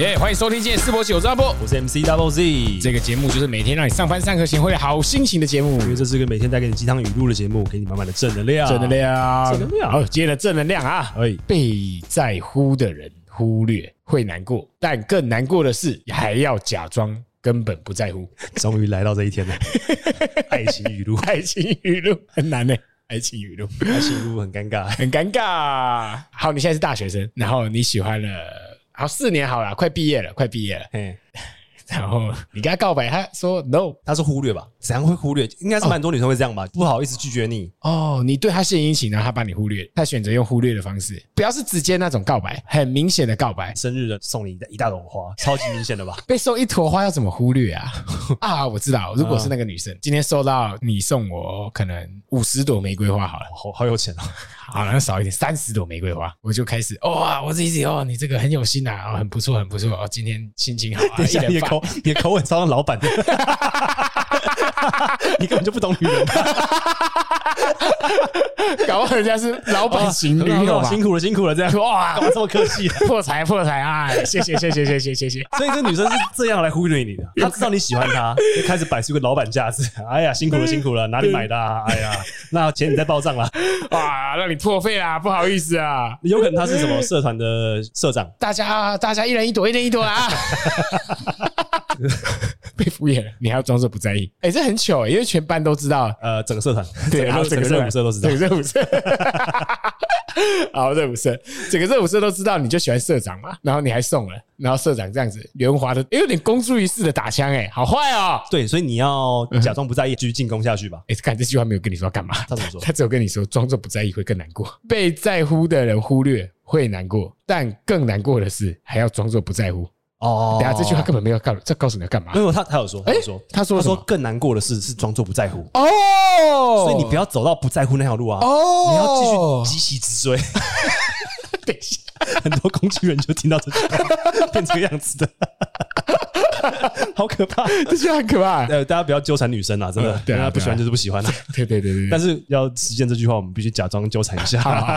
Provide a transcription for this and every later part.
欢迎收听今天的世博喜，我是阿波， 我是 MC Double Z。 这个节目就是每天让你上班上课前会有好心情的节目， 因为这是个每天带给你鸡汤语录的节目，给你满满的正能量。 正能量， 正能量。 好，今天的正能量啊，被在乎的人忽略会难过，但更难过的是还要假装根本不在乎。 终于来到这一天了。爱情语录， 爱情语录很难呢。爱情语录， 爱情语录很尴尬， 很尴尬。好，你现在是大学生，然后你喜欢了，好4年好了，快毕业了。然后你跟他告白，他说 no， 他是忽略吧？怎样会忽略？应该是蛮多女生会这样吧，不好意思拒绝你。 你对他献殷勤，然后他把你忽略，他选择用忽略的方式，不要是直接那种告白，很明显的告白。 生日的送你一大朵花，超级明显的吧？ 被送一坨花要怎么忽略啊？啊，我知道，如果是那个女生，今天收到你送我可能50朵玫瑰花好了， 好有钱哦。 好了，那少一点，30朵玫瑰花，我就开始我自己你这个很有心啊，很不错很不错哦，今天心情好啊。 等一下，你的口吻超像老板的。你根本就不懂女人。 搞不好人家是老板型女友嘛， 辛苦了这样。哇，干嘛这么客气？ 破财啊！谢谢。所以这女生是这样来忽略你的，她知道你喜欢她，就开始摆出个老板架子。哎呀，辛苦了，哪里买的啊？哎呀，那钱你再报账啦。 哇，让你破费啦，不好意思啊。 有可能他是什么社团的社长？ 大家一人一朵啊。被敷衍了，你还要装作不在意？这很糗因为全班都知道， 整个社团， 对，然后整个热舞社都知道， 整个热舞社，好，热舞社，整个热舞社都知道你就喜欢社长嘛，然后你还送了，然后社长这样子刘文华的，有点公诸于世的打枪好坏哦。 对，所以你要假装不在意，继续进攻下去吧。 看这句话没有跟你说干嘛？ 他怎么说？ 他只有跟你说，装作不在意会更难过，被在乎的人忽略会难过，但更难过的是还要装作不在乎。等一下这句话根本没有告诉你要干嘛。 没有，他有说， 他说更难过的是装作不在乎。所以你不要走到不在乎那条路啊。你要继续急起直追。 等一下， 很多工具人就听到这句话变这个样子的。好可怕， 这句话很可怕。 大家不要纠缠女生啊，真的，对啊，不喜欢就是不喜欢啊。 对。 但是要实践这句话，我们必须假装纠缠一下。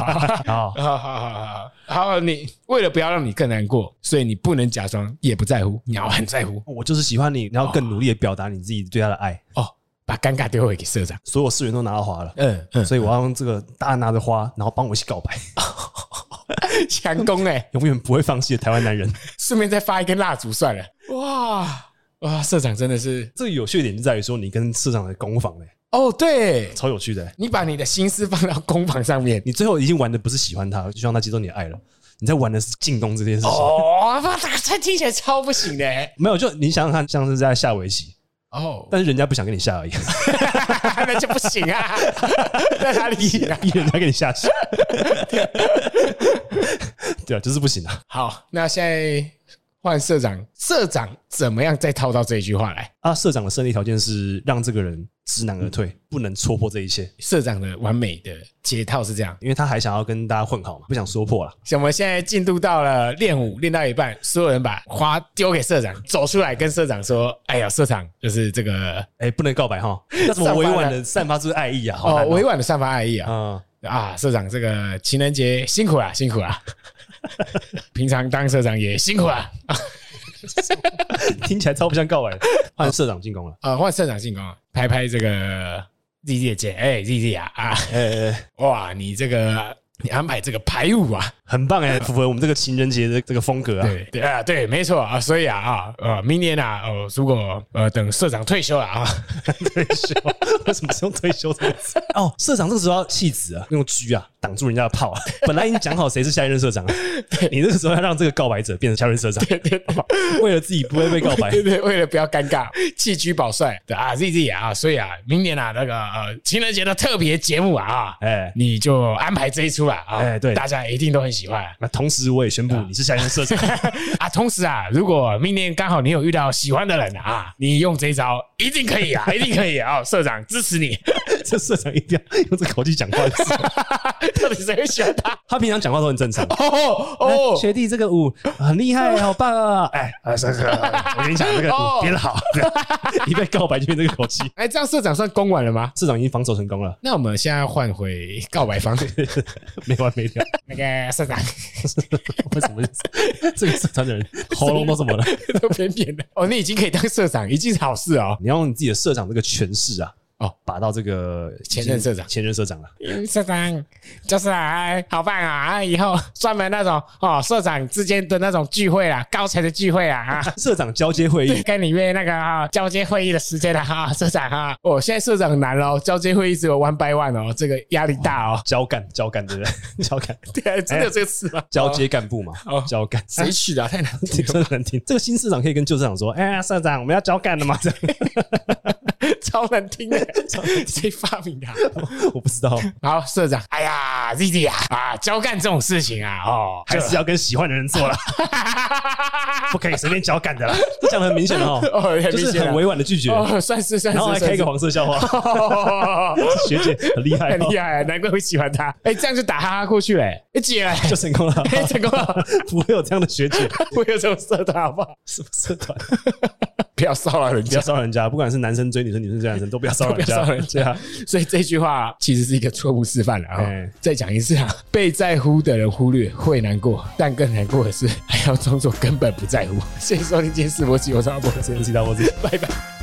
好，你为了不要让你更难过，所以你不能假装也不在乎，你要很在乎。 我就是喜欢你，你要更努力的表达你自己对他的爱。 把尴尬丢回给社长。 所有社员都拿到花了，所以我要用这个大家拿着花，然后帮我一起告白。 强攻永远不会放弃的台湾男人。 顺便再发一根蜡烛算了。哇，社长真的是， 这个有趣的点就在于说，你跟社长的攻防对， 超有趣的。 你把你的心思放到攻防上面， 你最后已经玩的不是喜欢他，就希望他接受你的爱了。你在玩的是进攻这件事情。 这听起来超不行的。 没有，就你想想看，像是在下围棋。但是人家不想跟你下而已。 那就不行啊。在哪里行啊？ 逼人家跟你下棋。对啊，就是不行啊。 好，那现在换社长怎么样再套到这一句话来啊？社长的胜利条件是让这个人知难而退，不能戳破这一切。 社长的完美的解套是这样， 因为他还想要跟大家混好嘛，不想说破了。 像我们现在进度到了练舞，练到一半，所有人把花丢给社长，走出来跟社长说：“哎呀，社长就是这个， 不能告白哈，要怎么委婉的散发出爱意啊？ 委婉的散发爱意啊！社长这个情人节辛苦了。平常当社长也辛苦了。” 听起来超不像告白的。换社长进攻了。 换社长进攻了，拍这个 ZZ 的肩，ZZ 啊，哇，你安排这个排舞啊， 很棒符合我们这个情人节的这个风格啊。 对，没错啊，所以明年如果等社长退休了退休为什么是用退休这个词？社长这个时候要弃子啊，用狙挡住人家的炮啊。本来已经讲好谁是下一任社长了，你这个时候要让这个告白者变成下任社长。 对， 为了自己不会被告白， 对，为了不要尴尬，弃车保帅。对ZZ 啊，所以明年那个情人节的特别节目你就安排这一出对，大家一定都很喜欢。 那同时我也宣布你是下一任社长。 同时如果明年刚好你有遇到喜欢的人你用这一招一定可以一定可以社长支持你。 这社长一定要用这口气讲话。 到底谁会喜欢他？ 他平常讲话都很正常。 哦， 学弟这个舞很厉害，好棒啊！我跟你讲，这个舞编得好，一被告白就变这个口气。 这样社长算攻完了吗？ 社长已经防守成功了。 那我们现在换回告白方， 没完没了。 那个社长， 为什么这个社长的人喉咙都怎么了？ 都扁扁的。你已经可以当社长，已经是好事哦。 你要用你自己的社长这个权势啊。拔到这个前任社长了。 社长就是好棒啊！以后专门那种社长之间的那种聚会啦，高层的聚会啊， 社长交接会议， 跟你约那个交接会议的时间了社长现在社长很难哦，交接会议只有1 by 1哦，这个压力大哦。 交干对不对？交干， 对，真的有这个词吗？ 交接干部嘛，交干， 谁取的？太难听， 真的难听。这个新社长可以跟旧社长说：“社长，我们要交干了吗？”这样超难听的。谁发明的？ 我不知道。 好，社长，ZZ 交干这种事情还是要跟喜欢的人做了，不可以随便交干的啦。这讲得很明显的就是很委婉的拒绝。 算是， 然后还开一个黄色笑话。学姐很厉害， 很厉害，难怪会喜欢他。这样就打哈哈过去嘞，解了， 就成功了， 成功了。 不会有这样的学姐， 不会有这种社团，好不好？ 什么社团？ 不要骚扰人家， 不要骚扰人家，不管是男生追女生，女生追男生，都不要骚扰人家。对啊， 所以这句话其实是一个错误示范了再讲一次被在乎的人忽略会难过，但更难过的是还要装作根本不在乎。谢谢收听今天试播集，我是阿波， 我是大波子， 拜拜。